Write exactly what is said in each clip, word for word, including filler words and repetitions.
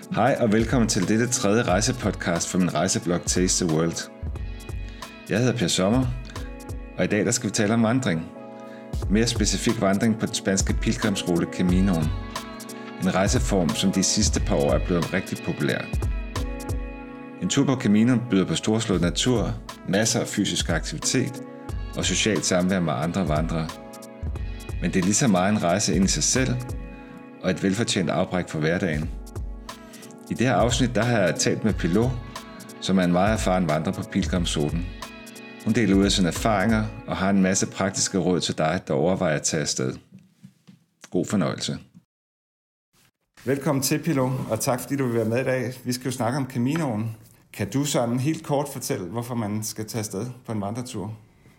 Hej og velkommen til dette tredje rejsepodcast fra min rejseblog Taste the World. Jeg hedder Per Sommer, og i dag der skal vi tale om vandring. Mere specifik vandring på den spanske pilgrimsrute Caminoen. En rejseform, som de sidste par år er blevet rigtig populær. En tur på Caminoen byder på storslået natur, masser af fysisk aktivitet og socialt samvær med andre vandrere. Men det er lige så meget en rejse ind i sig selv og et velfortjent afbræk for hverdagen. I det her afsnit der har jeg talt med Pilot, som er en meget erfaren vandrer på pilgrimsruten. Hun deler ud af sine erfaringer og har en masse praktiske råd til dig, der overvejer at tage afsted. God fornøjelse. Velkommen til, Pilot, og tak fordi du vil være med i dag. Vi skal jo snakke om Caminoen. Kan du sådan helt kort fortælle, hvorfor man skal tage afsted på en vandretur?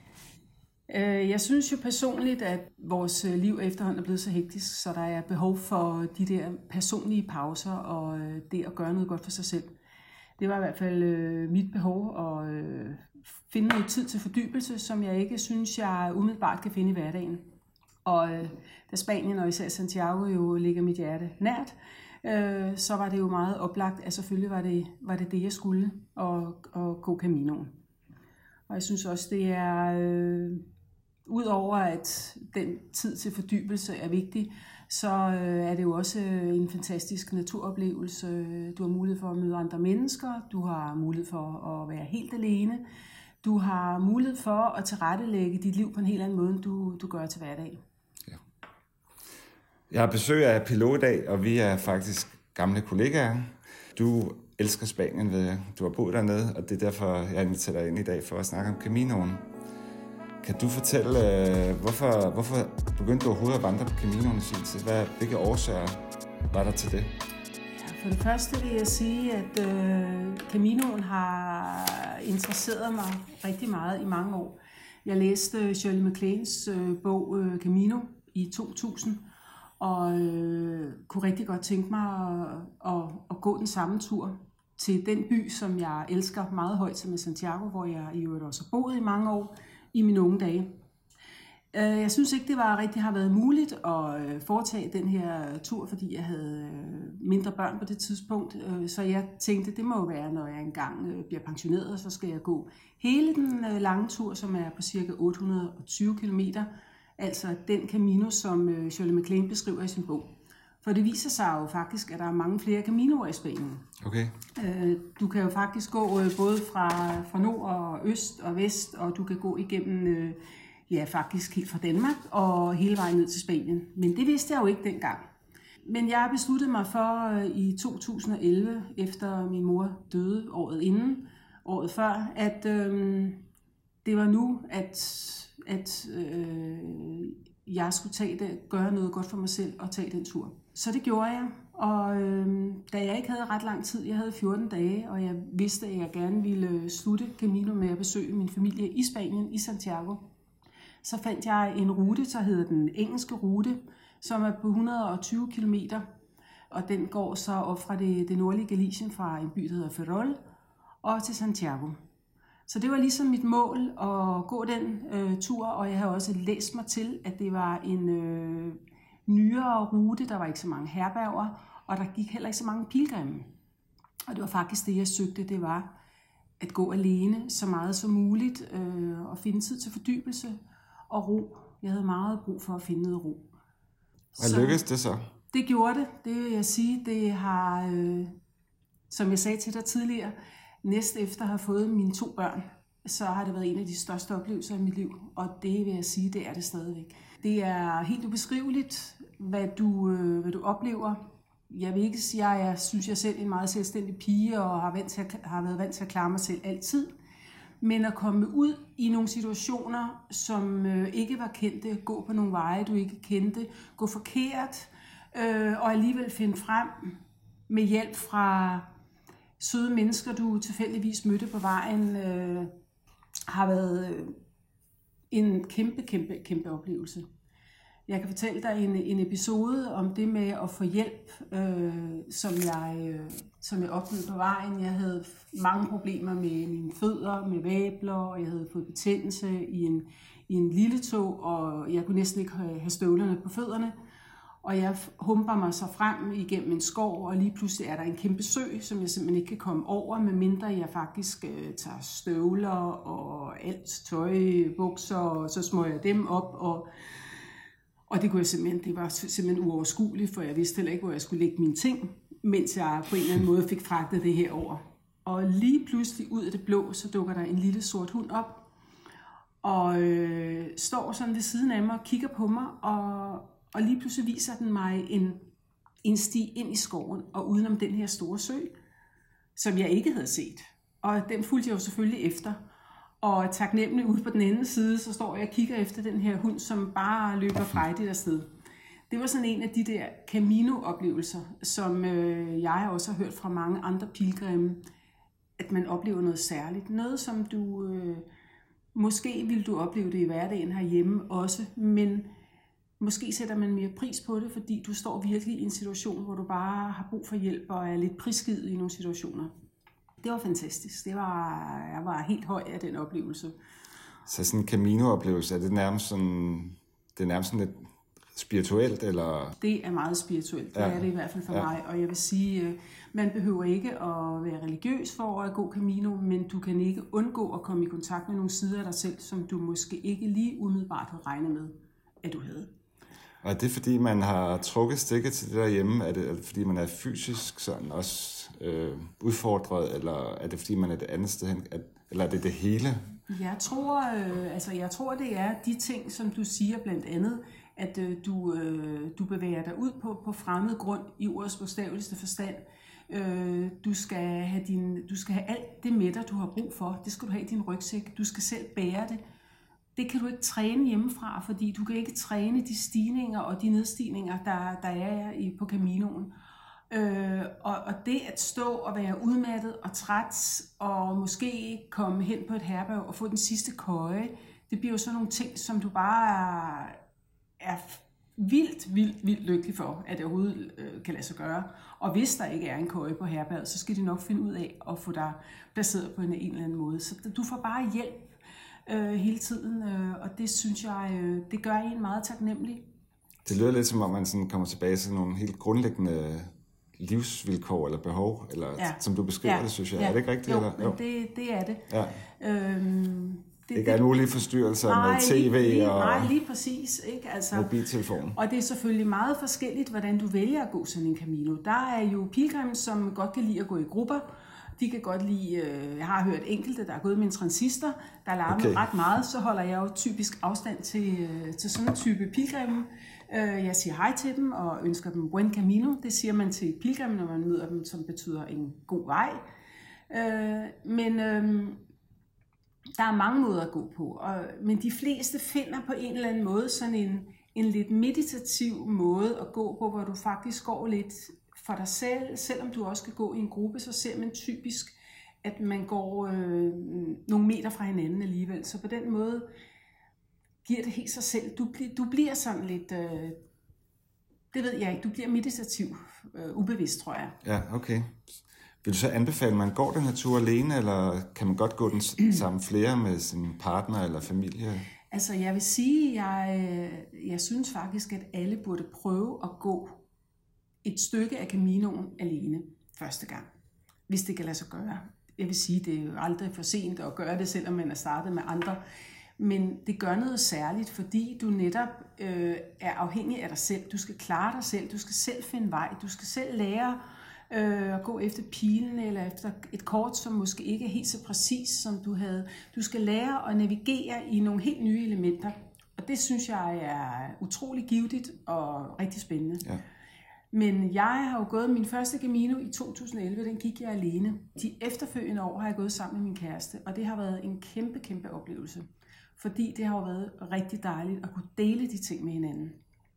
Jeg synes jo personligt, at vores liv efterhånden er blevet så hektisk, så der er behov for de der personlige pauser og det at gøre noget godt for sig selv. Det var i hvert fald mit behov at finde noget tid til fordybelse, som jeg ikke synes, jeg umiddelbart kan finde i hverdagen. Og da Spanien og især Santiago jo ligger mit hjerte nært, så var det jo meget oplagt, at selvfølgelig var det var det, det jeg skulle, at, at gå Caminoen. Og jeg synes også, det er... Øh, Udover at den tid til fordybelse er vigtig, så er det jo også en fantastisk naturoplevelse. Du har mulighed for at møde andre mennesker, du har mulighed for at være helt alene, du har mulighed for at tilrettelægge dit liv på en helt anden måde, end du, du gør til hverdag. Ja. Jeg har besøg af Pilot i dag, og vi er faktisk gamle kollegaer. Du elsker Spanien, ved jeg. Du har boet dernede, og det er derfor, jeg inviterer dig ind i dag for at snakke om Caminoen. Kan du fortælle, hvorfor, hvorfor begyndte du overhovedet at vandre på Caminoen i sin tid? Hvad, hvilke årsager var der til det? Ja, for det første vil jeg sige, at øh, Caminoen har interesseret mig rigtig meget i mange år. Jeg læste Shirley MacLaines øh, bog øh, Camino i to tusind, og øh, kunne rigtig godt tænke mig at, at, at gå den samme tur til den by, som jeg elsker meget højt, som er Santiago, hvor jeg i øvrigt også har boet i mange år i mine unge dage. Jeg synes ikke, det var rigtig har været muligt at foretage den her tur, fordi jeg havde mindre børn på det tidspunkt. Så jeg tænkte, det må jo være, når jeg engang bliver pensioneret, så skal jeg gå hele den lange tur, som er på cirka otte hundrede og tyve kilometer. Altså den Camino, som Shirley MacLaine beskriver i sin bog. For det viser sig jo faktisk, at der er mange flere Caminoer i Spanien. Okay. Du kan jo faktisk gå både fra, fra nord og øst og vest, og du kan gå igennem, ja faktisk helt fra Danmark og hele vejen ned til Spanien. Men det vidste jeg jo ikke dengang. Men jeg besluttede mig for i to tusind og elleve, efter min mor døde året inden, året før, at øh, det var nu, at, at øh, jeg skulle tage det, gøre noget godt for mig selv og tage den tur. Så det gjorde jeg, og øh, da jeg ikke havde ret lang tid, jeg havde fjorten dage, og jeg vidste, at jeg gerne ville slutte Camino med at besøge min familie i Spanien, i Santiago, så fandt jeg en rute, der hedder den engelske rute, som er på et hundrede og tyve kilometer, og den går så op fra det, det nordlige Galicien, fra en by, der hedder Ferrol, og til Santiago. Så det var ligesom mit mål at gå den øh, tur, og jeg har også læst mig til, at det var en øh, nyere rute, der var ikke så mange herberger, og der gik heller ikke så mange pilgrimme. Og det var faktisk det, jeg søgte, det var at gå alene så meget som muligt, øh, og finde tid til fordybelse og ro. Jeg havde meget brug for at finde noget ro. Hvad lykkedes det så? Det gjorde det, det vil jeg sige. Det har, øh, som jeg sagde til dig tidligere, næst efter at have fået mine to børn, så har det været en af de største oplevelser i mit liv, og det vil jeg sige, det er det stadigvæk. Det er helt ubeskriveligt, hvad du, øh, hvad du oplever. Jeg vil ikke sige, at jeg synes, jeg selv er en meget selvstændig pige, og har, vant til at, har været vant til at klare mig selv altid. Men at komme ud i nogle situationer, som øh, ikke var kendte, gå på nogle veje, du ikke kendte, gå forkert, øh, og alligevel finde frem med hjælp fra søde mennesker, du tilfældigvis mødte på vejen, øh, har været øh, en kæmpe, kæmpe, kæmpe oplevelse. Jeg kan fortælle dig en, en episode om det med at få hjælp, øh, som, jeg, øh, som jeg oplevede på vejen. Jeg havde mange problemer med mine fødder, med vabler, og jeg havde fået betændelse i en, i en lille tog, og jeg kunne næsten ikke have støvlerne på fødderne. Og jeg humper mig så frem igennem en skov, og lige pludselig er der en kæmpe sø, som jeg simpelthen ikke kan komme over, medmindre jeg faktisk øh, tager støvler og alt tøj, bukser, og så smøger jeg dem op. Og, og det kunne jeg simpelthen, det var simpelthen uoverskueligt, for jeg vidste heller ikke, hvor jeg skulle lægge mine ting, mens jeg på en eller anden måde fik fragtet det her over. Og lige pludselig ud af det blå, så dukker der en lille sort hund op, og øh, står sådan ved siden af mig og kigger på mig, og, og lige pludselig viser den mig en, en sti ind i skoven, og udenom den her store sø, som jeg ikke havde set. Og den fulgte jeg jo selvfølgelig efter. Og taknemmelig ude på den anden side, så står jeg og kigger efter den her hund, som bare løber frejdigt afsted. Det var sådan en af de der Camino-oplevelser, som øh, jeg også har hørt fra mange andre pilgrimme, at man oplever noget særligt. Noget, som du... Øh, måske vil du opleve det i hverdagen herhjemme også, men måske sætter man mere pris på det, fordi du står virkelig i en situation, hvor du bare har brug for hjælp og er lidt prisgivet i nogle situationer. Det var fantastisk. Det var, jeg var helt høj af den oplevelse. Så sådan en Camino-oplevelse, er det nærmest sådan, det er nærmest sådan lidt spirituelt, eller? Det er meget spirituelt, det ja. er det i hvert fald for ja. mig, og jeg vil sige, man behøver ikke at være religiøs for at gå Camino, men du kan ikke undgå at komme i kontakt med nogle sider af dig selv, som du måske ikke lige umiddelbart havde regnet med, at du havde. Og er det fordi, man har trukket stikket til det derhjemme? Er det, er det fordi, man er fysisk sådan også øh, udfordret, eller er det fordi, man er det andet sted hen? Eller er det det hele? Jeg tror, øh, altså jeg tror, det er de ting, som du siger blandt andet, at øh, du, øh, du bevæger dig ud på, på fremmed grund i ordets bogstaveligste forstand. Øh, du, skal have din, du skal have alt det med dig, du har brug for. Det skal du have i din rygsæk. Du skal selv bære det. Det kan du ikke træne hjemmefra, fordi du kan ikke træne de stigninger og de nedstigninger, der, der er i, på Caminoen. Øh, og, og det at stå og være udmattet og træt, og måske komme hen på et herberg og få den sidste køje, det bliver jo sådan nogle ting, som du bare er, er vildt, vildt, vildt lykkelig for, at det overhovedet øh, kan lade sig gøre. Og hvis der ikke er en køje på herberget, så skal de nok finde ud af at få dig placeret på en, en eller anden måde. Så du får bare hjælp øh, hele tiden, øh, og det synes jeg, øh, det gør en meget taknemmelig. Det lyder lidt som om, man sådan kommer tilbage til nogle helt grundlæggende livsvilkår eller behov, eller ja. Som du beskriver ja. Det, synes jeg. Ja. Er det ikke rigtigt? Jo, eller? jo. Men det, det er det. Ja. Øhm, det ikke alle mulige forstyrrelser nej, med tv lige, lige, og nej, lige præcis, ikke? Altså, mobiltelefon. Og det er selvfølgelig meget forskelligt, hvordan du vælger at gå sådan en Camino. Der er jo pilgrimme, som godt kan lide at gå i grupper. De kan godt lide, øh, jeg har hørt enkelte, der er gået med en transistor, der larmer okay. ret meget, så holder jeg jo typisk afstand til, øh, til sådan en type pilgrimme. Øh, jeg siger hej til dem og ønsker dem buen camino. Det siger man til pilgrimme, når man møder dem, som betyder en god vej. Øh, men øh, der er mange måder at gå på, og, men de fleste finder på en eller anden måde sådan en, en lidt meditativ måde at gå på, hvor du faktisk går lidt for dig selv. Selvom du også skal gå i en gruppe, så ser man typisk, at man går øh, nogle meter fra hinanden alligevel. Så på den måde giver det helt sig selv. Du, du bliver sådan lidt, øh, det ved jeg ikke, du bliver meditativ, øh, ubevidst, tror jeg. Ja, okay. Vil du så anbefale, at man går den her tur alene, eller kan man godt gå den sammen flere med sin partner eller familie? Altså, jeg vil sige, jeg, jeg synes faktisk, at alle burde prøve at gå et stykke af Caminoen alene første gang, hvis det kan lade sig gøre. Jeg vil sige, det er jo aldrig for sent at gøre det, selvom man er startet med andre. Men det gør noget særligt, fordi du netop øh, er afhængig af dig selv. Du skal klare dig selv, du skal selv finde vej, du skal selv lære øh, at gå efter pilen eller efter et kort, som måske ikke er helt så præcis, som du havde. Du skal lære at navigere i nogle helt nye elementer, og det synes jeg er utrolig givtigt og rigtig spændende. Ja. Men jeg har jo gået min første Camino i to tusind og elleve, den gik jeg alene. De efterfølgende år har jeg gået sammen med min kæreste, og det har været en kæmpe, kæmpe oplevelse. Fordi det har jo været rigtig dejligt at kunne dele de ting med hinanden.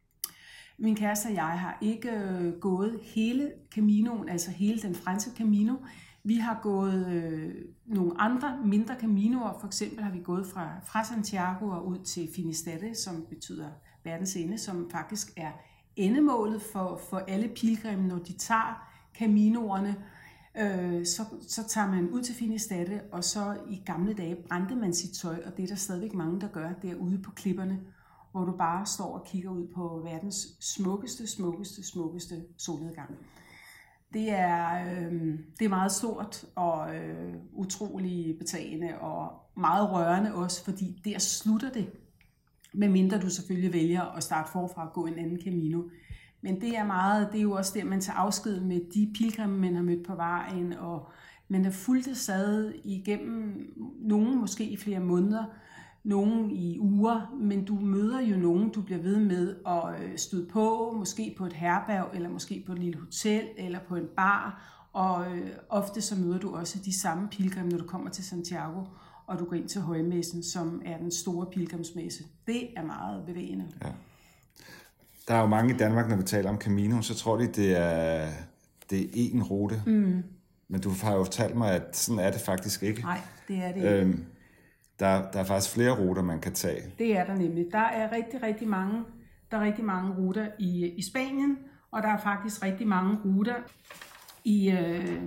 Min kæreste og jeg har ikke gået hele Caminoen, altså hele den franske Camino. Vi har gået øh, nogle andre mindre Caminoer. For eksempel har vi gået fra, fra Santiago og ud til Finisterre, som betyder verdens ende, som faktisk er endemålet for, for alle pilgrimme, når de tager Caminoerne. Øh, så, så tager man ud til Finisterre, og så i gamle dage brændte man sit tøj, og det er der stadigvæk mange, der gør derude på klipperne. hvor du bare står og kigger ud på verdens smukkeste, smukkeste, smukkeste solnedgang. Det er, øh, det er meget stort og øh, utrolig betagende og meget rørende også, fordi der slutter det. Medmindre du selvfølgelig vælger at starte forfra og gå en anden Camino. Men det er meget, det er jo også der, man tager afsked med de pilgrimme, man har mødt på vejen, og man har fulgt det sad igennem, nogen måske i flere måneder, nogen i uger, men du møder jo nogen, du bliver ved med at støde på, måske på et herberg, eller måske på et lille hotel, eller på en bar, og øh, ofte så møder du også de samme pilgrimme, når du kommer til Santiago, og du går ind til højmessen, som er den store pilgrimsmesse. Det er meget bevægende. Ja. Der er jo mange i Danmark, når vi taler om Camino, så tror de, det er, det er én rute. Mm. Men du har jo fortalt mig, at sådan er det faktisk ikke. Nej, det er det ikke. Øhm, der, der er faktisk flere ruter, man kan tage. Det er der nemlig. Der er rigtig, rigtig mange, der er rigtig mange ruter i, i Spanien, og der er faktisk rigtig mange ruter i... Øh,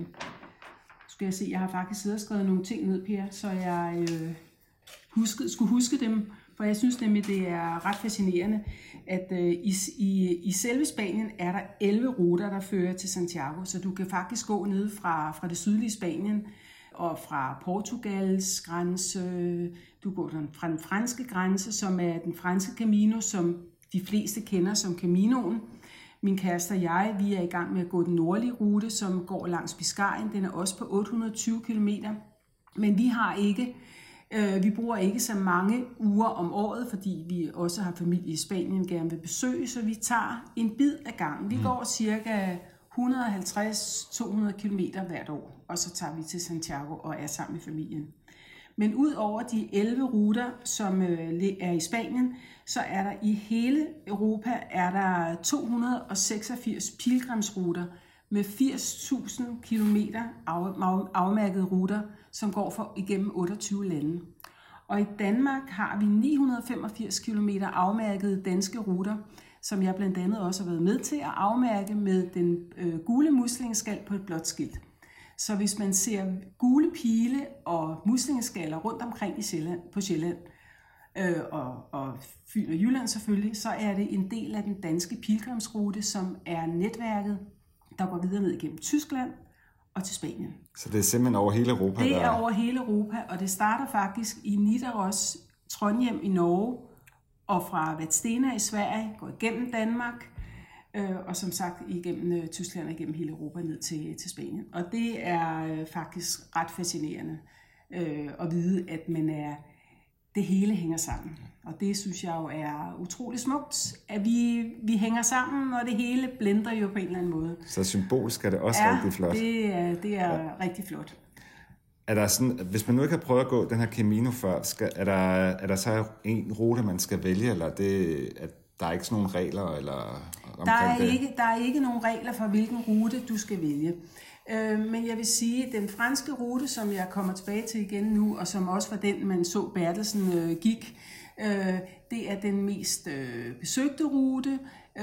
skal jeg se, jeg har faktisk siddet og skrevet nogle ting ned, Per, så jeg øh, huske, skulle huske dem. For jeg synes nemlig, det er ret fascinerende, at øh, i, i, i selve Spanien er der elleve ruter, der fører til Santiago. Så du kan faktisk gå ned fra, fra det sydlige Spanien og fra Portugals grænse. Du går fra den franske grænse, som er den franske Camino, som de fleste kender som Caminoen. Min kæreste og jeg, vi er i gang med at gå den nordlige rute, som går langs Biscayen. Den er også på otte hundrede og tyve kilometer. Men vi har ikke... Vi bruger ikke så mange uger om året, fordi vi også har familie i Spanien, gerne vil besøge, så vi tager en bid af gangen. Vi går cirka et hundrede og halvtreds til to hundrede kilometer hvert år, og så tager vi til Santiago og er sammen med familien. Men ud over de elleve ruter, som er i Spanien, så er der i hele Europa er der to hundrede og seksogfirs pilgrimsruter med firs tusind kilometer afmærkede ruter, som går for igennem otteogtyve lande. Og i Danmark har vi ni hundrede og femogfirs kilometer afmærkede danske ruter, som jeg blandt andet også har været med til at afmærke med den øh, gule muslingeskal på et blåt skilt. Så hvis man ser gule pile og muslingeskaller rundt omkring i Sjælland, på Sjælland, øh, og, og Fyn og Jylland selvfølgelig, så er det en del af den danske pilgrimsrute, som er netværket, der går videre ned igennem Tyskland og til Spanien. Så det er simpelthen over hele Europa? Det er over hele Europa, og det starter faktisk i Nidaros, Trondheim i Norge, og fra Vadstena i Sverige, går igennem Danmark, øh, og som sagt igennem øh, Tyskland og igennem hele Europa ned til, til Spanien. Og det er øh, faktisk ret fascinerende øh, at vide, at man er, det hele hænger sammen. Og det synes jeg jo er utrolig smukt, at vi, vi hænger sammen, og det hele blender jo på en eller anden måde. Så symbolisk er det også ja, rigtig flot. det er, det er ja. rigtig flot. Er der sådan, hvis man nu ikke har prøvet at gå den her Camino før, skal, er, der, er der så en rute, man skal vælge, eller det, at der er ikke sådan nogle regler? Eller der, er det? Ikke, der er ikke nogen regler for, hvilken rute du skal vælge. Øh, men jeg vil sige, at den franske rute, som jeg kommer tilbage til igen nu, og som også var den, man så Bertelsen øh, gik, øh, det er den mest øh, besøgte rute.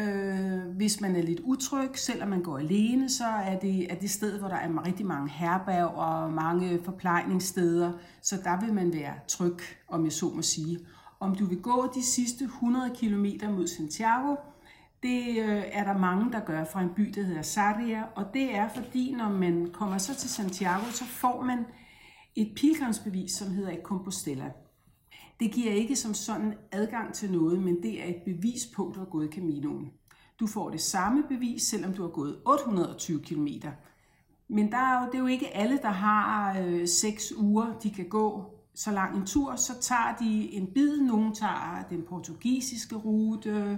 Øh, hvis man er lidt utryg, selvom man går alene, så er det, er det sted, hvor der er rigtig mange herberg og mange forplejningssteder, så der vil man være tryg, om jeg så må sige. Om du vil gå de sidste hundrede kilometer mod Santiago, det øh, er der mange, der gør fra en by, der hedder Sarria, og det er fordi, når man kommer så til Santiago, så får man et pilgrimsbevis, som hedder et Compostela. Det giver ikke som sådan adgang til noget, men det er et bevis på, at du har gået Caminoen. Du får det samme bevis, selvom du har gået otte hundrede og tyve kilometer. Men der er jo, det er jo ikke alle, der har øh, seks uger, de kan gå så lang en tur. Så tager de en bid. Nogle tager den portugisiske rute,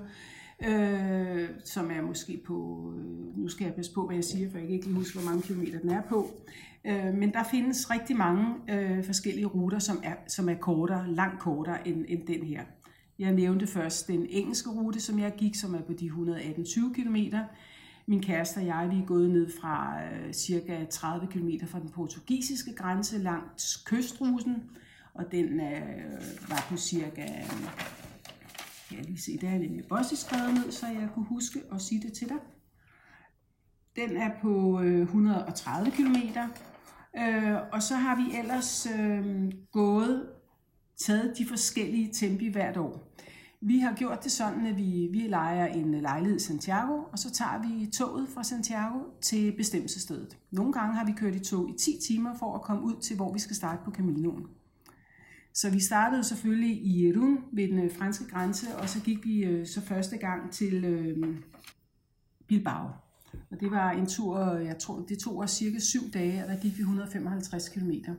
øh, som er måske på, øh, nu skal jeg passe på, hvad jeg siger, for jeg kan ikke lige huske, hvor mange kilometer den er på. Øh, men der findes rigtig mange øh, forskellige ruter, som er, som er kortere, langt kortere end, end den her. Jeg nævnte først den engelske rute, som jeg gik, som er på de et hundrede og atten til tyve kilometer. Min kæreste og jeg, vi er gået ned fra øh, cirka tredive kilometer fra den portugisiske grænse langs kystruten, og den øh, var på cirka, kan jeg lige se, der er nemlig også skrevet ned, så jeg kunne huske at sige det til dig. Den er på øh, et hundrede og tredive kilometer, øh, og så har vi ellers øh, gået, taget de forskellige tempi hvert år. Vi har gjort det sådan, at vi, vi lejer en lejlighed i Santiago, og så tager vi toget fra Santiago til bestemmelsesstedet. Nogle gange har vi kørt i tog i ti timer for at komme ud til, hvor vi skal starte på Caminoen. Så vi startede selvfølgelig i Irún ved den franske grænse, og så gik vi så første gang til øh, Bilbao. Og det var en tur, jeg tror, det tog os cirka syv dage, og der gik vi et hundrede og femoghalvtreds kilometer.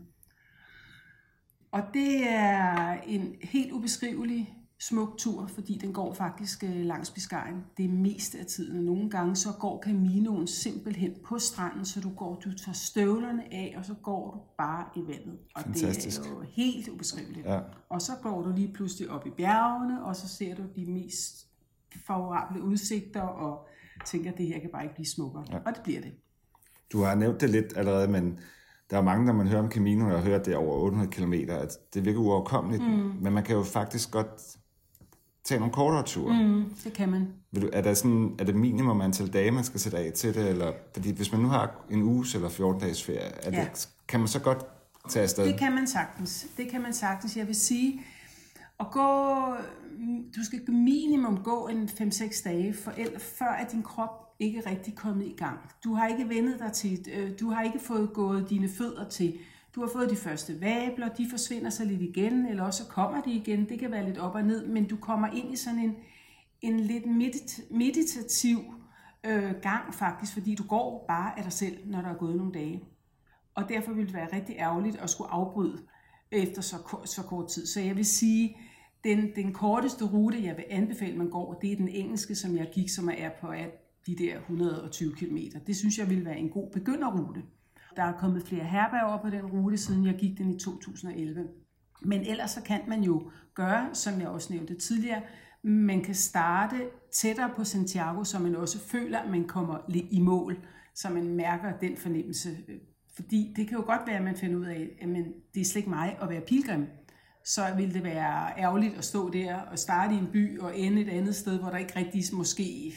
Og det er en helt ubeskrivelig smuk tur, fordi den går faktisk langs Biscayen det meste af tiden. Nogle gange så går Caminoen simpelthen på stranden, så du går, du tager støvlerne af, og så går du bare i vandet. Og fantastisk. Det er jo helt ubeskriveligt. Ja. Og så går du lige pludselig op i bjergene, og så ser du de mest favorable udsigter, og tænker, at det her kan bare ikke blive smukkere. Ja. Og det bliver det. Du har nævnt det lidt allerede, men der er mange, når man hører om Camino, og har hørt det over otte hundrede kilometer, at det virker uoverkommeligt, mm. men man kan jo faktisk godt tage nogle kortere ture. Mm, det kan man. Er der sådan, er det minimum antal dage, man skal sætte af til det? Eller, fordi hvis man nu har en uges eller fjorten dages ferie, er det, ja. kan man så godt tage afsted? Det kan man sagtens. Det kan man sagtens. Jeg vil sige, at gå, du skal minimum gå en fem seks dage, for før at din krop ikke rigtig kommet i gang. Du har ikke vendet dig til, du har ikke fået gået dine fødder til. Du har fået de første vabler, de forsvinder så lidt igen, eller også kommer de igen. Det kan være lidt op og ned, men du kommer ind i sådan en, en lidt medit- meditativ øh, gang faktisk, fordi du går bare af dig selv, når der er gået nogle dage. Og derfor vil det være rigtig ærgerligt at skulle afbryde efter så, så kort tid. Så jeg vil sige, den, den korteste rute, jeg vil anbefale, man går, det er den engelske, som jeg gik, som er på de der et hundrede og tyve kilometer. Det synes jeg vil være en god begynderrute. Der er kommet flere herberger på den rute, siden jeg gik den i to tusind og elleve. Men ellers så kan man jo gøre, som jeg også nævnte tidligere, man kan starte tættere på Santiago, så man også føler, at man kommer i mål, så man mærker den fornemmelse. Fordi det kan jo godt være, at man finder ud af, at det er slet ikke mig at være pilgrim. Så vil det være ærgerligt at stå der og starte i en by og ende et andet sted, hvor der ikke rigtig måske...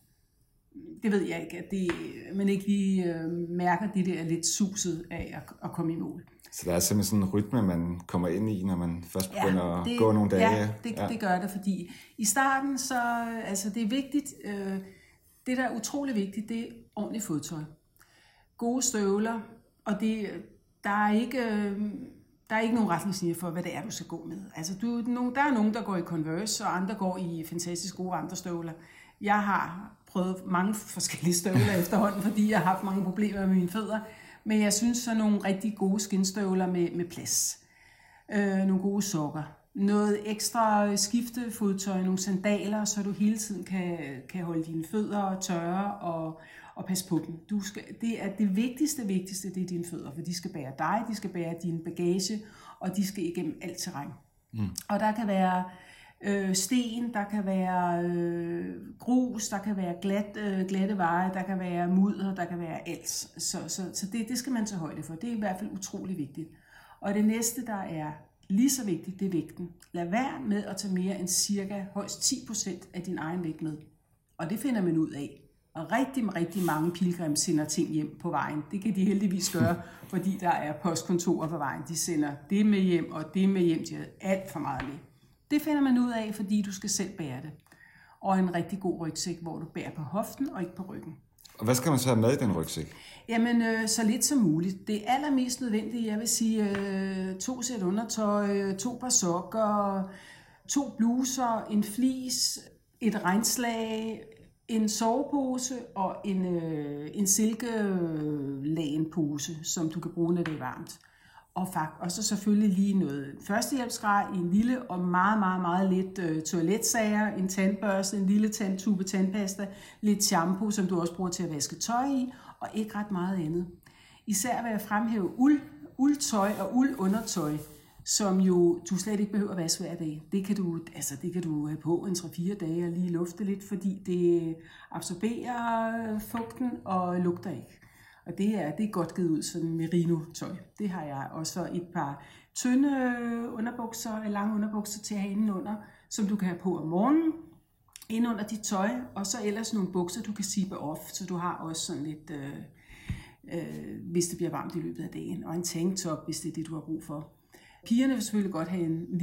Det ved jeg ikke, at det, man ikke lige øh, mærker det der lidt suset af at, at komme i mål. Så der er simpelthen sådan en rytme, man kommer ind i, når man først begynder ja, det, at gå nogle dage? Ja, det, ja. det gør det, fordi i starten, så altså det er vigtigt, øh, det der er utrolig vigtigt, det er ordentligt fodtøj. Gode støvler, og det, der er ikke... Øh, Der er ikke nogen retningslinjer for, hvad det er, du skal gå med. Altså, du, der er nogen, der går i Converse, og andre går i fantastisk gode vandrestøvler. Jeg har prøvet mange forskellige støvler efterhånden, fordi jeg har haft mange problemer med mine fødder. Men jeg synes, så nogle rigtig gode skinstøvler med, med plads. Øh, nogle gode sokker. Noget ekstra skiftefodtøj, nogle sandaler, så du hele tiden kan, kan holde dine fødder tørre og, og passe på dem. Du skal, det er det vigtigste, vigtigste, det er dine fødder, for de skal bære dig, de skal bære din bagage, og de skal igennem alt terræn. Mm. Og der kan være øh, sten, der kan være øh, grus, der kan være glat, øh, glatte veje, der kan være mudder, der kan være alt. Så, så, så det, det skal man tage højde for. Det er i hvert fald utrolig vigtigt. Og det næste, der er lige så vigtigt, det er vægten. Lad være med at tage mere end cirka højst ti procent af din egen vægt med. Og det finder man ud af. Og rigtig, rigtig mange pilgrimme sender ting hjem på vejen. Det kan de heldigvis gøre, fordi der er postkontorer på vejen. De sender det med hjem, og det med hjem. De har alt for meget med. Det finder man ud af, fordi du skal selv bære det. Og en rigtig god rygsæk, hvor du bærer på hoften og ikke på ryggen. Og hvad skal man så have med i den rygsæk? Jamen, øh, så lidt som muligt. Det allermest nødvendige, jeg vil sige, øh, to sæt undertøj, to par sokker, to bluser, en flis, et regnslag, en sovepose og en, øh, en silkelagenpose, som du kan bruge, når det er varmt. Og, fakt, og så selvfølgelig lige noget førstehjælpsgrej i en lille og meget, meget, meget lidt øh, toiletsager, en tandbørste, en lille tandtube tandpasta, lidt shampoo, som du også bruger til at vaske tøj i, og ikke ret meget andet. Især vil jeg fremhæve uld, uldtøj og uldundertøj, som jo du slet ikke behøver at vaske hver dag. Det kan du, altså det kan du have på en tre fire dage og lige lufte lidt, fordi det absorberer fugten og lugter ikke. Og det er, det er godt givet ud, sådan merino-tøj. Det har jeg også et par tynde underbukser, lange underbukser til at have indenunder, som du kan have på om morgenen, ind under dit tøj, og så ellers nogle bukser, du kan sippe off, så du har også sådan lidt, øh, øh, hvis det bliver varmt i løbet af dagen, og en tanktop, hvis det er det, du har brug for. Pigerne vil selvfølgelig godt have en lille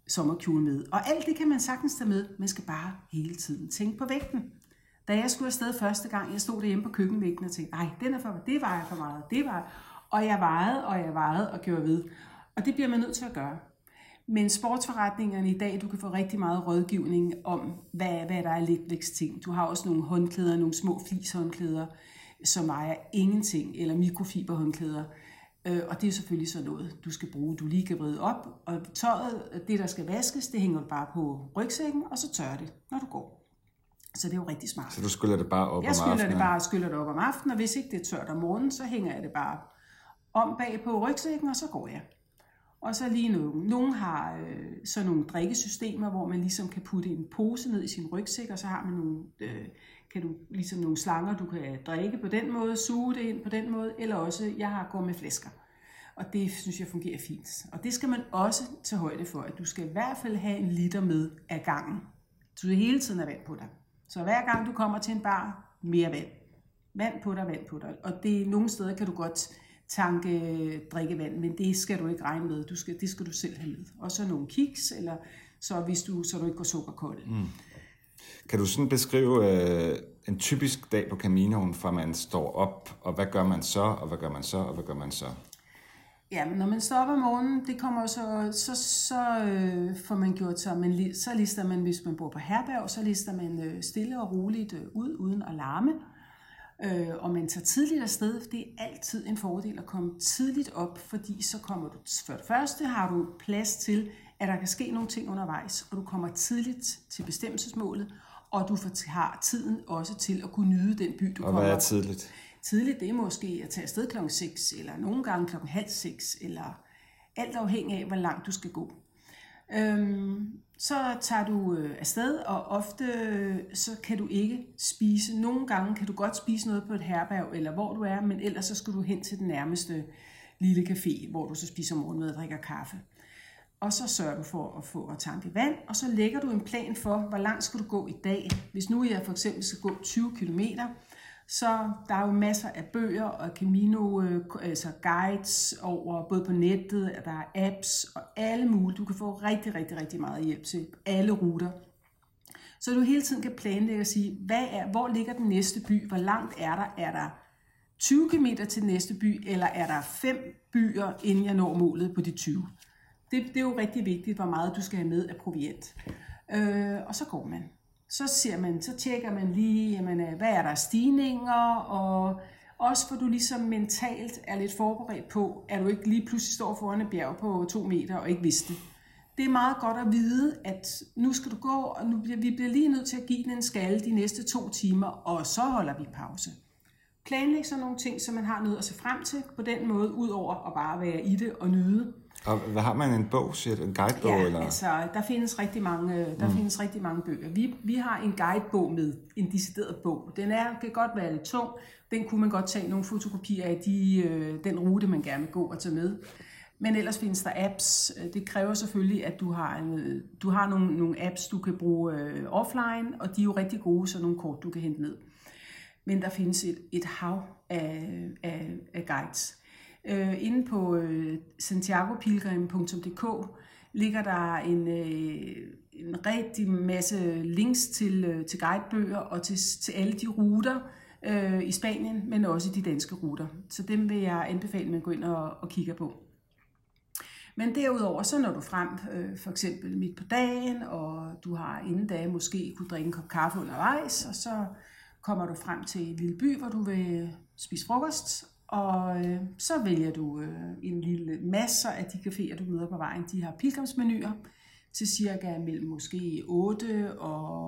sommerkjole med. Og alt det kan man sagtens tage med. Man skal bare hele tiden tænke på vægten. Da jeg skulle afsted første gang, jeg stod derhjemme på køkkenvægten og tænkte, nej, den er for, det vejer for meget, det var. Og jeg vejede, og jeg vejede og gjorde ved. Og det bliver man nødt til at gøre. Men sportsforretningerne i dag, du kan få rigtig meget rådgivning om, hvad, hvad der er letvægtsting. Du har også nogle håndklæder, nogle små flishåndklæder, som vejer ingenting, eller mikrofiberhåndklæder. Og det er selvfølgelig sådan noget, du skal bruge. Du lige kan vride op, og tøjet, det der skal vaskes, det hænger du bare på rygsækken, og så tørrer det, når du går. Så det er jo rigtig smart. Så du skyller det bare op jeg om aftenen? Jeg skyller det bare skyller det op om aftenen, og hvis ikke det er tørt om morgenen, så hænger jeg det bare om bag på rygsækken, og så går jeg. Og så lige nu. Nogle har øh, sådan nogle drikkesystemer, hvor man ligesom kan putte en pose ned i sin rygsæk, og så har man nogle, øh, kan du, ligesom nogle slanger, du kan drikke på den måde, suge det ind på den måde, eller også, jeg har gået med flæsker. Og det synes jeg fungerer fint. Og det skal man også tage højde for, at du skal i hvert fald have en liter med af gangen. Så du hele tiden er vand på dig. Så hver gang du kommer til en bar, mere vand. Vand på dig, vand på dig. Og det, nogle steder kan du godt tanke drikkevand, men det skal du ikke regne med. Du skal, det skal du selv have med. Og så nogle kiks, eller så hvis du, så du ikke går sukkerkold. Mm. Kan du sådan beskrive øh, en typisk dag på Caminoen, fra man står op, og hvad gør man så, og hvad gør man så, og hvad gør man så? Ja, men når man står op om morgenen, det kommer så, så, så øh, får man gjort så, man, så lister man, hvis man bor på herberg, så lister man øh, stille og roligt øh, ud, uden at larme. Øh, og man tager tidligt afsted. Det er altid en fordel at komme tidligt op, fordi så kommer du, for det første har du plads til, at der kan ske nogle ting undervejs, og du kommer tidligt til bestemmelsesmålet, og du har tiden også til at kunne nyde den by, du og kommer. Og hvad er tidligt? Tidligt, det er måske at tage afsted klokken seks, eller nogle gange klokken halv seks, eller alt afhængig af, hvor langt du skal gå. Øhm, så tager du øh, afsted, og ofte øh, så kan du ikke spise. Nogle gange kan du godt spise noget på et herberg, eller hvor du er, men ellers så skal du hen til den nærmeste lille café, hvor du så spiser morgenmad og drikker kaffe. Og så sørger du for at få at tanke vand, og så lægger du en plan for, hvor langt skal du gå i dag. Hvis nu jeg for eksempel skal gå tyve kilometer, så der er jo masser af bøger og Camino, altså guides over, både på nettet, der er apps og alle mulige. Du kan få rigtig, rigtig, rigtig meget hjælp til alle ruter. Så du hele tiden kan planlægge og sige, hvad er, hvor ligger den næste by? Hvor langt er der? Er der tyve kilometer til den næste by, eller er der fem byer, inden jeg når målet på de tyve? Det, det er jo rigtig vigtigt, hvor meget du skal have med af proviant. Øh, og så går man. Så ser man, så tjekker man lige, jamen, hvad er der stigninger, og også for du ligesom mentalt er lidt forberedt på, at du ikke lige pludselig står foran et bjerg på to meter og ikke vidste det. Det er meget godt at vide, at nu skal du gå, og nu bliver, vi bliver lige nødt til at give den en skalle de næste to timer, og så holder vi pause. Planlæg sådan nogle ting, så man har noget at se frem til på den måde, ud over at bare være i det og nyde. Og hvad har man, en bog, siger du? En guidebog? Ja, eller? altså, der findes rigtig mange, der mm. findes rigtig mange bøger. Vi, vi har en guidebog med, en decideret bog. Den er, kan godt være lidt tung. Den kunne man godt tage nogle fotokopier af de, øh, den rute, man gerne vil gå og tage med. Men ellers findes der apps. Det kræver selvfølgelig, at du har, en, du har nogle, nogle apps, du kan bruge øh, offline, og de er jo rigtig gode, så nogle kort, du kan hente ned. Men der findes et, et hav af, af, af guides. Uh, inde på uh, santiago pilgrim punktum d k ligger der en, uh, en rigtig masse links til, uh, til guidebøger og til, til alle de ruter uh, i Spanien, men også de danske ruter. Så dem vil jeg anbefale, at man går ind og, og kigger på. Men derudover, så når du frem uh, for eksempel midt på dagen, og du har inden da måske kunne drikke en kop kaffe undervejs, og så kommer du frem til en lille by, hvor du vil spise frokost. Og øh, så vælger du øh, en lille masse af de caféer, du møder på vejen. De har pilgrimsmenuer til cirka mellem måske otte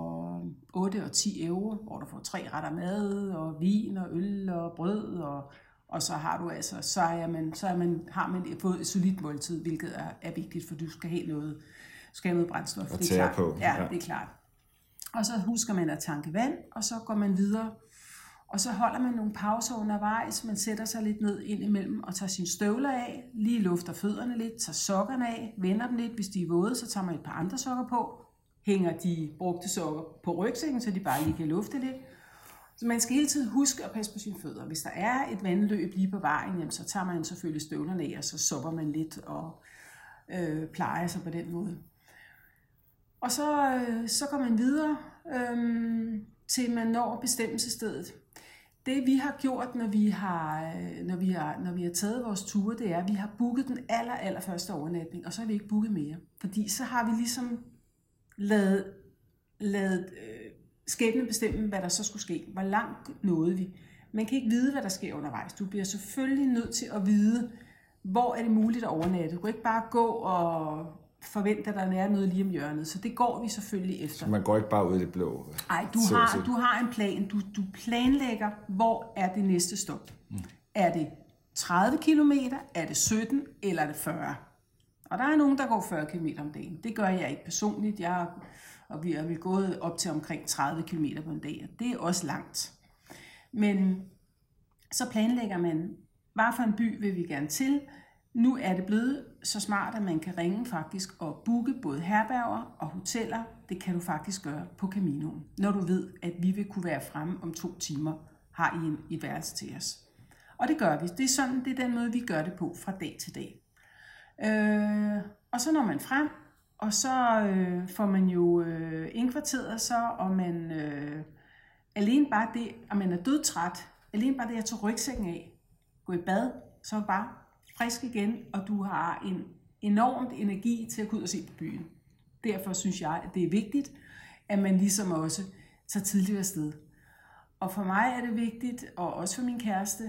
og ti euro, hvor du får tre retter mad, og vin, og øl, og brød, og, og så har du altså, så, er man, så er man, har man fået et solidt måltid, hvilket er, er vigtigt, for du skal have noget, skal have noget brændstof. Og det er klart. På. Ja, ja, det er klart. Og så husker man at tanke vand, og så går man videre. Og så holder man nogle pauser undervejs, man sætter sig lidt ned ind imellem og tager sine støvler af, lige lufter fødderne lidt, tager sokkerne af, vender dem lidt, hvis de er våde, så tager man et par andre sokker på, hænger de brugte sokker på rygsækken, så de bare lige kan lufte lidt. Så man skal hele tiden huske at passe på sine fødder. Hvis der er et vandløb lige på vejen, jamen, så tager man selvfølgelig støvlerne af, og så sopper man lidt og øh, plejer sig på den måde. Og så, øh, så går man videre, øh, til man når bestemmelsesstedet. Det vi har gjort, når vi har, når vi har, når vi har taget vores ture, det er, at vi har booket den aller, aller første overnatning, og så har vi ikke booket mere. Fordi så har vi ligesom lavet, lavet øh, skæbnen bestemme, hvad der så skulle ske. Hvor langt nåede vi. Man kan ikke vide, hvad der sker undervejs. Du bliver selvfølgelig nødt til at vide, hvor er det muligt at overnatte. Du kan ikke bare gå og forvente, at der er noget lige om hjørnet. Så det går vi selvfølgelig efter. Så man går ikke bare ud i det blå? Nej, du har, du har en plan. Du, du planlægger, hvor er det næste stop. Mm. Er det tredive kilometer, er det sytten, eller er det fyrre? Og der er nogen, der går fyrre kilometer om dagen. Det gør jeg ikke personligt. Jeg, og vi er vi gået op til omkring tredive kilometer på en dag. Det er også langt. Men så planlægger man, hvad for en by vil vi gerne til. Nu er det blevet så smart, at man kan ringe faktisk og booke både herberger og hoteller. Det kan du faktisk gøre på Caminoen, når du ved, at vi vil kunne være fremme om to timer, har I en, et værelse til os. Og det gør vi. Det er sådan, det er den måde, vi gør det på fra dag til dag. Øh, og så når man frem, og så øh, får man jo øh, indkvarteret så, og man øh, alene bare det, at man er dødtræt, alene bare det at tage rygsækken af, gå i bad, så er bare frisk igen, og du har en enormt energi til at gå ud og se på byen. Derfor synes jeg, at det er vigtigt, at man ligesom også tager tidligere afsted. Og for mig er det vigtigt, og også for min kæreste,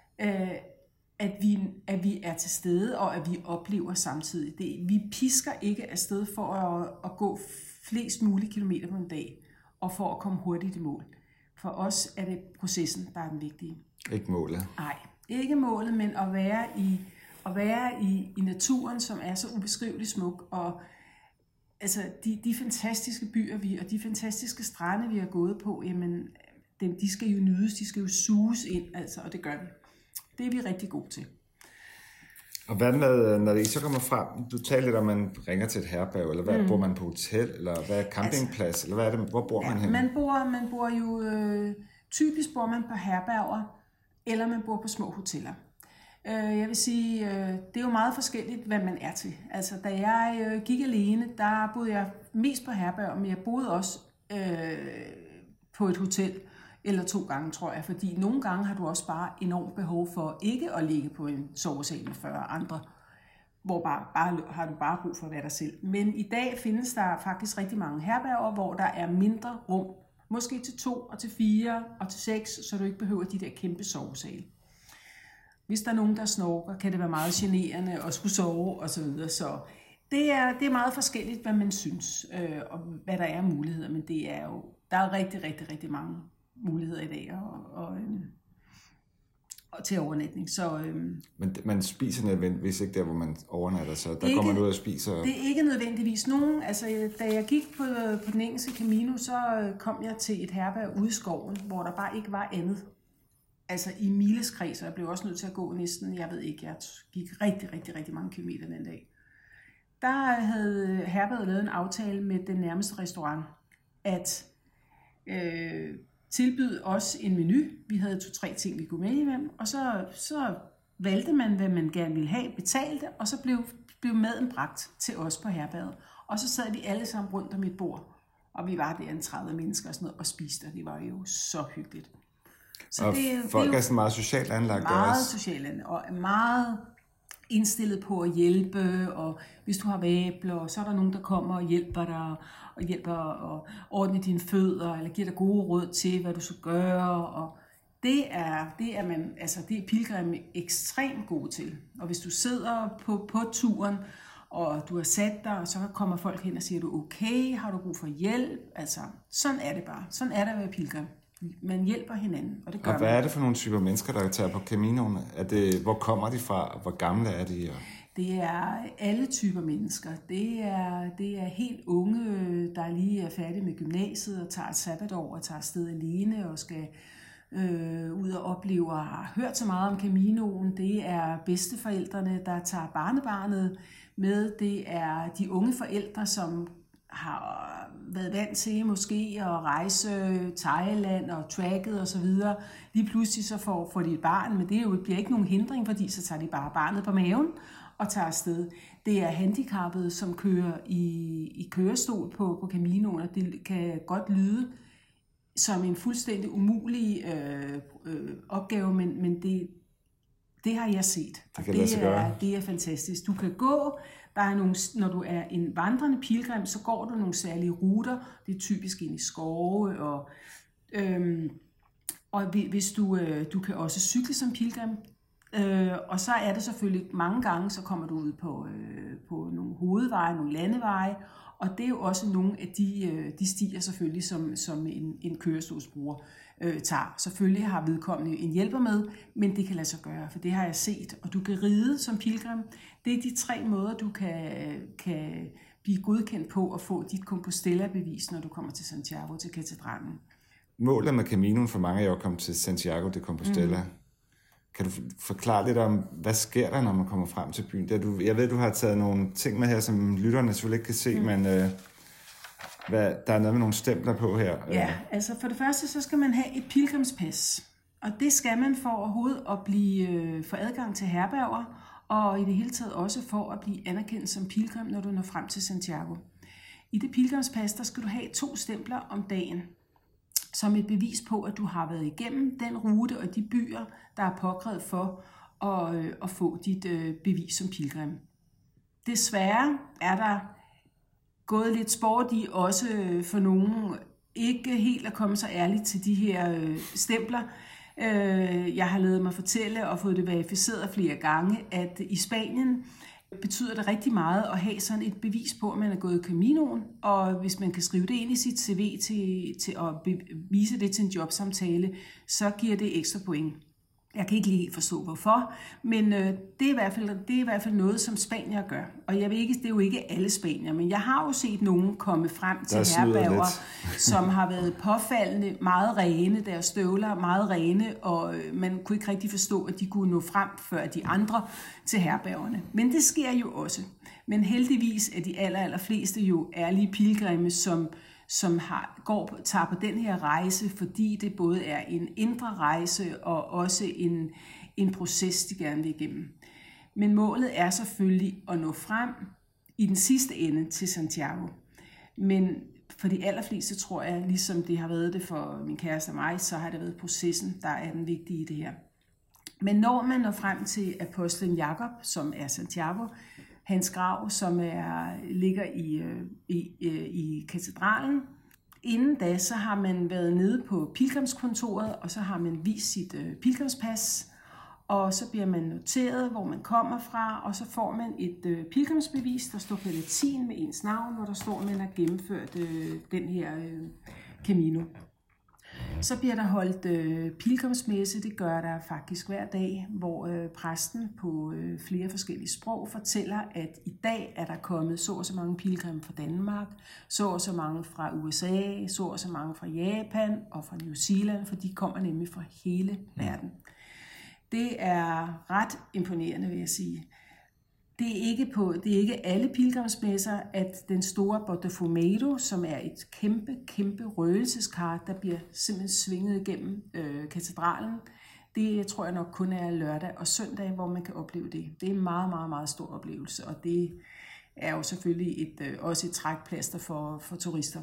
at vi, at vi er til stede, og at vi oplever samtidig. Det, vi pisker ikke afsted for at, at gå flest mulige kilometer på en dag, og for at komme hurtigt i mål. For os er det processen, der er den vigtige. Ikke målet? Nej, ikke målet, men at være i, at være i, i naturen, som er så ubeskriveligt smuk, og altså de, de fantastiske byer, vi, og de fantastiske strande, vi har gået på, jamen, dem, de skal jo nydes, de skal jo suges ind, altså, og det gør vi. Det er vi rigtig gode til. Og hvad med, når I så kommer frem, du talte lidt om, at man ringer til et herberg, eller hvad, mm. bor man på hotel, eller hvad er campingplads, altså, eller hvad er det, hvor bor ja, man henne? Man bor, man bor jo, øh, typisk bor man på herberger, eller man bor på små hoteller. Øh, jeg vil sige, øh, det er jo meget forskelligt, hvad man er til. Altså, da jeg øh, gik alene, der boede jeg mest på herberg, men jeg boede også øh, på et hotel, eller to gange, tror jeg, fordi nogle gange har du også bare enormt behov for ikke at ligge på en sovesal med fyrre andre, hvor bare, bare, har du bare brug for at være dig selv. Men i dag findes der faktisk rigtig mange herberger, hvor der er mindre rum, måske til to og til fire og til seks, så du ikke behøver de der kæmpe sovesale. Hvis der er nogen, der snorker, kan det være meget generende at skulle sove og så videre. Så det er, det er meget forskelligt, hvad man synes, øh, og hvad der er muligheder, men det er jo, der er rigtig, rigtig, rigtig mange muligheder i dag og, og, øhm, og til overnatning. Så, øhm, Men man spiser nødvendigvis ikke der, hvor man overnatter, så der ikke, går man ud og spiser? Det er ikke nødvendigvis nogen. Altså, da jeg gik på, på den engelske Camino, så kom jeg til et herberg ude i skoven, hvor der bare ikke var andet. Altså i mileskreds, og jeg blev også nødt til at gå næsten, jeg ved ikke, jeg gik rigtig, rigtig, rigtig mange kilometer den dag. Der havde herberget lavet en aftale med den nærmeste restaurant, at øh, tilbyde os en menu. Vi havde to-tre ting, vi kunne med imellem, og så, så valgte man, hvad man gerne ville have, betalte, og så blev, blev maden bragt til os på herberget. Og så sad vi alle sammen rundt om et bord, og vi var der en tredive mennesker og sådan noget, og spiste, og det var jo så hyggeligt. Så og det, folk det er, er sådan meget socialt anlagt meget også. socialt anlagt, og er meget indstillet på at hjælpe, og hvis du har vabler, så er der nogen, der kommer og hjælper dig, og hjælper at ordne dine fødder, eller giver dig gode råd til, hvad du skal gøre, og det er, det er man, altså det er pilgrim ekstremt god til. Og hvis du sidder på, på turen, og du har sat dig, og så kommer folk hen og siger, du okay, har du brug for hjælp? Altså, sådan er det bare. Sådan er det at være pilgrim. Man hjælper hinanden, og det gør Og hvad man. er det for nogle typer mennesker, der tager på Caminoen? Er det, hvor kommer de fra, og hvor gamle er de? Og... Det er alle typer mennesker. Det er, det er helt unge, der lige er færdige med gymnasiet og tager et sabbatår og tager afsted alene og skal øh, ud og opleve og har hørt så meget om Caminoen. Det er bedsteforældrene, der tager barnebarnet med. Det er de unge forældre, som har været vant til måske at rejse Thailand og tracket og så videre. Lige pludselig så får, får de et barn, men det er jo, bliver ikke nogen hindring, fordi så tager de bare barnet på maven, og tager afsted. Det er handicappede, som kører i, i kørestol på, på Caminoen, og det kan godt lyde som en fuldstændig umulig øh, øh, opgave, men, men det, det har jeg set. Det, kan det, er, det er fantastisk. Du kan gå, der er nogle, når du er en vandrende pilgrim, så går du nogle særlige ruter. Det er typisk ind i skove, og, øhm, og hvis du, øh, du kan også cykle som pilgrim. Øh, og så er det selvfølgelig mange gange, så kommer du ud på, øh, på nogle hovedveje, nogle landeveje, og det er jo også nogle af de, øh, de stier selvfølgelig, som, som en, en kørestolsbruger øh, tager. Selvfølgelig har vedkommende en hjælper med, men det kan lade sig gøre, for det har jeg set. Og du kan ride som pilgrim. Det er de tre måder, du kan, kan blive godkendt på at få dit Compostela-bevis, når du kommer til Santiago, til katedralen. Målet med Caminoen for mange er jo at komme til Santiago de Compostela. Mm. Kan du forklare lidt om, hvad sker der, når man kommer frem til byen? Du, jeg ved, du har taget nogle ting med her, som lytterne selvfølgelig ikke kan se, mm. men øh, hvad, der er noget med nogle stempler på her. Ja, altså for det første, så skal man have et pilgrimspas. Og det skal man for overhovedet at blive, øh, for adgang til herberger, og i det hele taget også for at blive anerkendt som pilgrim, når du når frem til Santiago. I det pilgrimspas, der skal du have to stempler om dagen, som et bevis på, at du har været igennem den rute og de byer, der er påkrævet for at, øh, at få dit øh, bevis som pilgrim. Desværre er der gået lidt sport i også øh, for nogen ikke helt at komme så ærligt til de her øh, stempler. Øh, jeg har ladet mig fortælle og fået det verificeret flere gange, at i Spanien betyder det rigtig meget at have sådan et bevis på, at man er gået Caminoen, og hvis man kan skrive det ind i sit C V til, til at vise det til en jobsamtale, så giver det ekstra point. Jeg kan ikke lige helt forstå, hvorfor, men øh, det, er i hvert fald, det er i hvert fald noget, som spanier gør. Og jeg ved ikke, det er jo ikke alle spanier, men jeg har jo set nogen komme frem til herberger, som har været påfaldende, meget rene, deres støvler meget rene, og øh, man kunne ikke rigtig forstå, at de kunne nå frem før de andre til herbergerne. Men det sker jo også. Men heldigvis er de aller, aller fleste jo ærlige pilgrimme, som som har, går, tager på den her rejse, fordi det både er en indre rejse og også en, en proces, de gerne vil igennem. Men målet er selvfølgelig at nå frem i den sidste ende til Santiago. Men for de allerfleste tror jeg, ligesom det har været det for min kæreste og mig, så har det været processen, der er den vigtige i det her. Men når man når frem til apostlen Jakob, som er Santiago, hans grav, som er, ligger i, i, i katedralen. Inden da, så har man været nede på pilgrimskontoret, og så har man vist sit uh, pilgrimspas, og så bliver man noteret, hvor man kommer fra, og så får man et uh, pilgrimsbevis, der står på latin med ens navn, hvor der står, at man har gennemført uh, den her uh, Camino. Så bliver der holdt øh, pilgrimsmesse, det gør der faktisk hver dag, hvor øh, præsten på øh, flere forskellige sprog fortæller, at i dag er der kommet så og så mange pilgrimme fra Danmark, så og så mange fra U S A, så og så mange fra Japan og fra New Zealand, for de kommer nemlig fra hele verden. Det er ret imponerende, vil jeg sige. Det er ikke, på, det er ikke alle pilgrimsmesser, at den store Botafumeiro, som er et kæmpe, kæmpe røgelseskar, der bliver simpelthen svinget igennem øh, katedralen. Det tror jeg nok kun er lørdag og søndag, hvor man kan opleve det. Det er en meget, meget, meget stor oplevelse, og det er jo selvfølgelig et, øh, også et trækplaster for, for turister.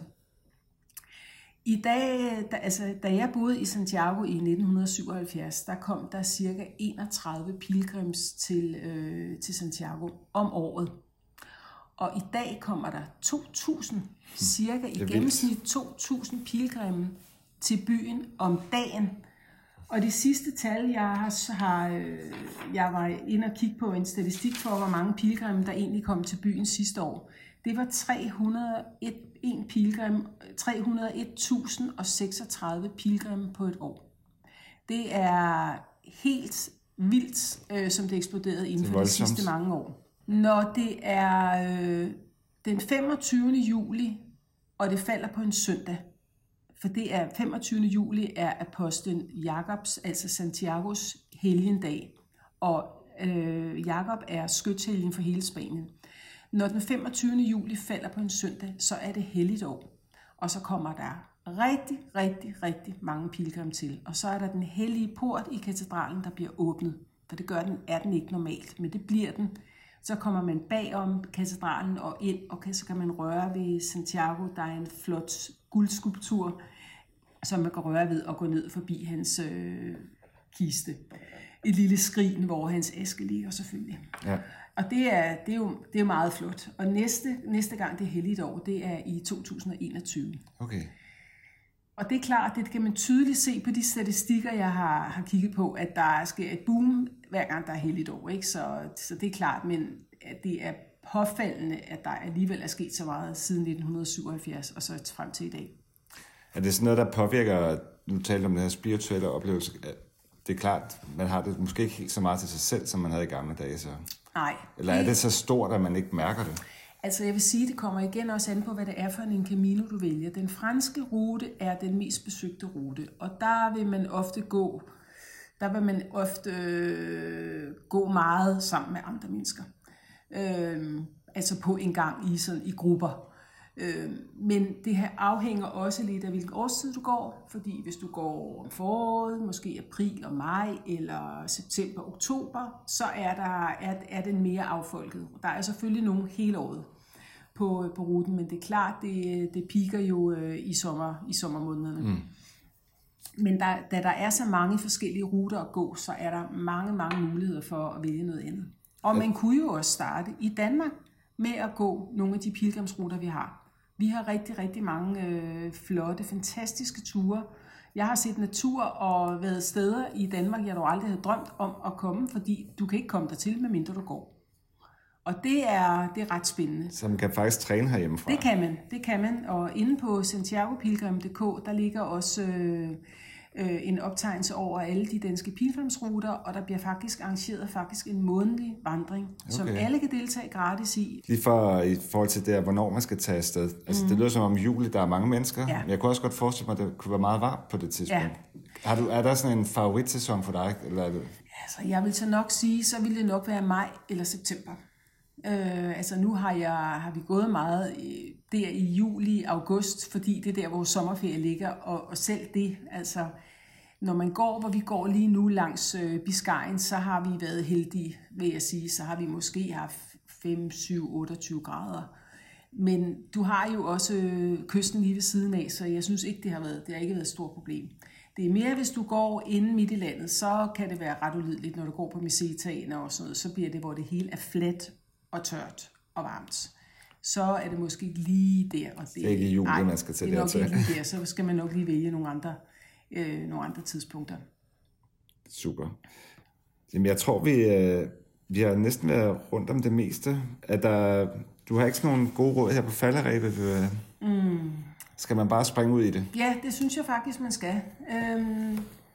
I dag, da, altså, da jeg boede i Santiago i nitten syvoghalvfjerds, der kom der cirka enogtredive pilgrims til, øh, til Santiago om året. Og i dag kommer der to tusind, cirka i gennemsnit to tusind pilgrimme til byen om dagen. Og det sidste tal, jeg har, har jeg var inde og kigge på en statistik for, hvor mange pilgrimme, der egentlig kom til byen sidste år. Det var tre hundrede og en pilgrim, tre hundrede og en tusind og seksogtredive pilgrimme på et år. Det er helt vildt, øh, som det eksploderede inden for de sidste mange år. Når det er øh, den femogtyvende juli, og det falder på en søndag, for det er femogtyvende juli er apostlen Jakobs, altså Santiagos helgendag, og øh, Jakob er skytshelgen for hele Spanien. Når den femogtyvende juli falder på en søndag, så er det helligår, og så kommer der rigtig, rigtig, rigtig mange pilgrim til. Og så er der den hellige port i katedralen, der bliver åbnet, for det gør den, er den ikke normalt, men det bliver den Så kommer man bagom katedralen og ind, og så kan man røre ved Santiago. Der er en flot guldskulptur, som man kan røre ved og gå ned forbi hans øh, kiste. Et lille skrin, hvor hans aske ligger selvfølgelig. Ja. Og det er, det, er jo, det er jo meget flot. Og næste, næste gang det er helligt år, det er i to tusind og enogtyve. Okay. Og det er klart, det kan man tydeligt se på de statistikker, jeg har, har kigget på, at der sker et boom, hver gang der er helligt år. Ikke? Så, så det er klart, men at det er påfaldende, at der alligevel er sket så meget siden nitten syvoghalvfjerds og så frem til i dag. Er det sådan noget, der påvirker, nu taler om den her spirituelle oplevelse, det er klart, man har det måske ikke helt så meget til sig selv, som man havde i gamle dage, så... Nej. Eller er det så stort, at man ikke mærker det? Altså jeg vil sige, det kommer igen også an på, hvad det er for en Camino, du vælger. Den franske rute er den mest besøgte rute, og der vil man ofte gå, der vil man ofte øh, gå meget sammen med andre mennesker. Øh, altså på en gang i, sådan, i grupper. Øh, men det her afhænger også lidt af, hvilken årstid du går, fordi hvis du går om foråret, måske april og maj, eller september, oktober, så er, der, er, er den mere affolket. Der er selvfølgelig nogen hele året på, på ruten, men det er klart, det, det piker jo i, sommer, i sommermånederne. Mm. Men der, da der er så mange forskellige ruter at gå, så er der mange, mange muligheder for at vælge noget andet. Og man kunne jo også starte i Danmark med at gå nogle af de pilgrimsruter, vi har. Vi har rigtig, rigtig mange øh, flotte, fantastiske ture. Jeg har set natur og været steder i Danmark, jeg dog aldrig havde drømt om at komme, fordi du kan ikke komme dertil, medmindre du går. Og det er, det er ret spændende. Så man kan faktisk træne herhjemmefra? Det kan man, det kan man. Og inde på santiago pilgrim punktum d k, der ligger også øh, øh, en optegnelse over alle de danske pilgrimsruter, og der bliver faktisk arrangeret faktisk en månedlig vandring, okay, som alle kan deltage gratis i. Lige for i forhold til det, hvornår man skal tage afsted. Altså, mm. Det lyder som om juli, der er mange mennesker. Ja. Men jeg kunne også godt forestille mig, at det kunne være meget varmt på det tidspunkt. Ja. Har du, er der sådan en favoritsæson for dig? Eller er det... Altså, jeg vil så nok sige, så vil det nok være maj eller september. Øh, altså nu har, jeg, har vi gået meget der i juli, august, fordi det er der, hvor sommerferie ligger, og, og selv det, altså når man går, hvor vi går lige nu langs øh, Biscayen, så har vi været heldige, vil jeg sige, så har vi måske haft fem, syv, otteogtyve grader. Men du har jo også øh, kysten lige ved siden af, så jeg synes ikke, det har været, det har ikke været et stort problem. Det er mere, hvis du går inde midt i landet, så kan det være ret ulideligt, når du går på mesetaen og sådan noget, så bliver det, hvor det hele er fladt og tørt og varmt. Så er det måske ikke lige der. Og det, det er ikke i juli, nej, man skal til det er nok der ikke lige der, så skal man nok lige vælge nogle andre, øh, nogle andre tidspunkter. Super. Jamen, jeg tror, vi, øh, vi har næsten været rundt om det meste. At der, du har ikke sådan nogle gode råd her på falderebet. Mm. Skal man bare springe ud i det? Ja, det synes jeg faktisk, man skal. Øhm,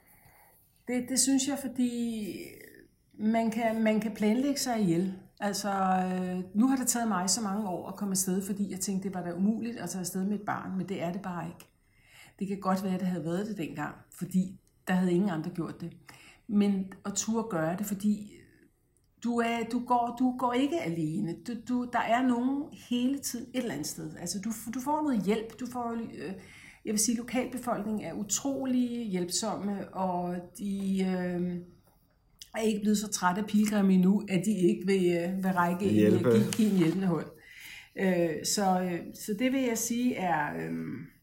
det, det synes jeg, fordi man kan, man kan planlægge sig ihjel. Altså, øh, nu har det taget mig så mange år at komme afsted, fordi jeg tænkte, det var da umuligt at tage afsted med et barn, men det er det bare ikke. Det kan godt være, at det havde været det dengang, fordi der havde ingen andre gjort det. Men at turde gøre det, fordi du, er, du, går, du går ikke alene. Du, du, der er nogen hele tiden et eller andet sted. Altså, du, du får noget hjælp. Du får, øh, jeg vil sige, lokalbefolkningen er utrolig hjælpsomme, og de øh, er ikke blevet så trætte af pilgrimme endnu, at de ikke vil, øh, vil række en, give, give en hjælpende hånd. Øh, så, øh, så det vil jeg sige er, øh,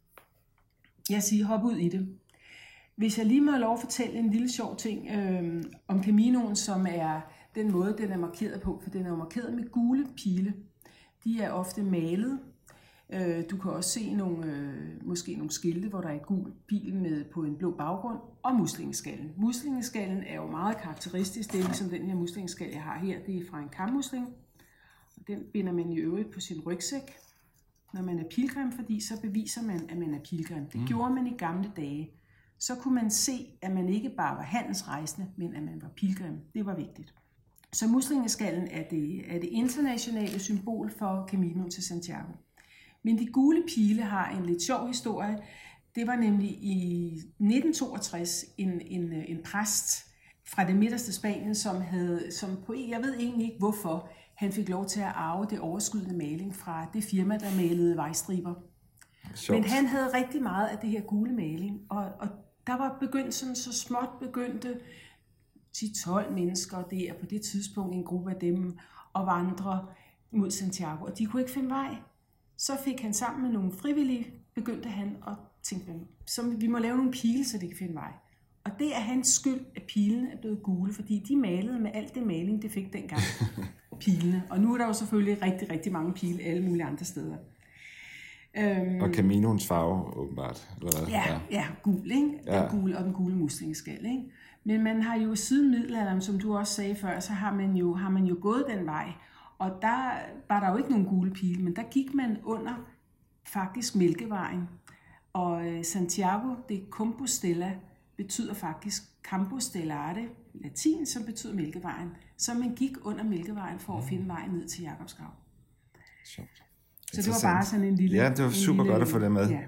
jeg siger, hop ud i det. Hvis jeg lige må have lov at fortælle en lille sjov ting øh, om Caminoen, som er den måde, den er markeret på, for den er markeret med gule pile. De er ofte malet. Øh, du kan også se nogle, øh, måske nogle skilte, hvor der er et gul pil med på en blå baggrund, og muslingeskallen. Muslingeskallen er jo meget karakteristisk. Det er ligesom den her muslingeskal, jeg har her. Det er fra en kammusling. Og den binder man i øvrigt på sin rygsæk, når man er pilgrim, fordi så beviser man, at man er pilgrim. Det mm. gjorde man i gamle dage. Så kunne man se, at man ikke bare var handelsrejsende, men at man var pilgrim. Det var vigtigt. Så muslingeskallen er det, er det internationale symbol for Camino til Santiago. Men de gule pile har en lidt sjov historie. Det var nemlig i nitten toogtres en, en, en præst fra det midterste Spanien, som havde, som på, jeg ved egentlig ikke hvorfor, han fik lov til at arve det overskydende maling fra det firma, der malede vejstriber. Sjovt. Men han havde rigtig meget af det her gule maling, og, og der var begyndt sådan så småt begyndte ti tolv mennesker der på det tidspunkt, en gruppe af dem, og vandre mod Santiago, og de kunne ikke finde vej. Så fik han sammen med nogle frivillige, begyndte han at tænke, så vi må lave nogle pile, så de kan finde vej. Og det er hans skyld, at pilene er blevet gule, fordi de malede med alt det maling, det fik dengang, pilene. Og nu er der jo selvfølgelig rigtig, rigtig mange pile alle mulige andre steder. Øhm, og Caminoens farve, åbenbart. Eller hvad? Ja, ja, ja, gul, ikke? Den ja. gule og den gule muslingeskal, ikke? Men man har jo siden middelalderen, som du også sagde før, så har man jo, har man jo gået den vej. Og der var der jo ikke nogen gule pile, men der gik man under faktisk Mælkevejen. Og Santiago de Compostela betyder faktisk Campo Stellare, latin, som betyder Mælkevejen. Så man gik under Mælkevejen for at finde vejen ned til Jakobsgrav. Sjovt. Så det var bare sådan en lille... Ja, det var super lille, godt at få det med. Ja.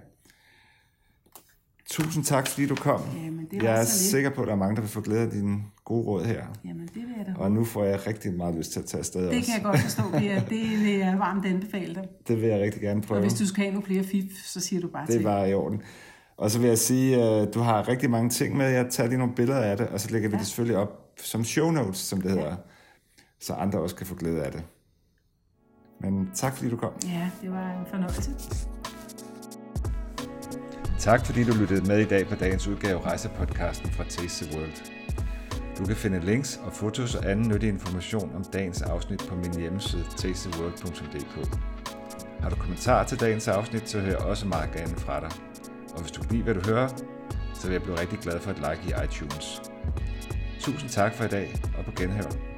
Tusind tak, fordi du kom. Jamen, det jeg er så sikker på, at der er mange, der vil få glæde af dine gode råd her. Jamen, det vil jeg da. Og nu får jeg rigtig meget lyst til at tage afsted det også. Det kan jeg godt forstå, Pia. Det vil jeg varmt anbefale dig. Det vil jeg rigtig gerne prøve. Og hvis du skal have nogle flere fif, så siger du bare til. Det var i orden. Og så vil jeg sige, at du har rigtig mange ting med. Jeg tager lige nogle billeder af det, og så lægger vi ja. det selvfølgelig op som show notes, som det hedder. Ja. Så andre også kan få glæde af det. Men tak fordi du kom. Ja, det var en fornøjelse. Tak fordi du lyttede med i dag på dagens udgave af rejsepodcasten fra Taste the World. Du kan finde links og fotos og anden nyttig information om dagens afsnit på min hjemmeside taste the world punktum d k. Har du kommentarer til dagens afsnit, så hører jeg også meget gerne fra dig. Og hvis du kan lide, hvad du hører, så vil jeg blive rigtig glad for et like i iTunes. Tusind tak for i dag, og på genhør.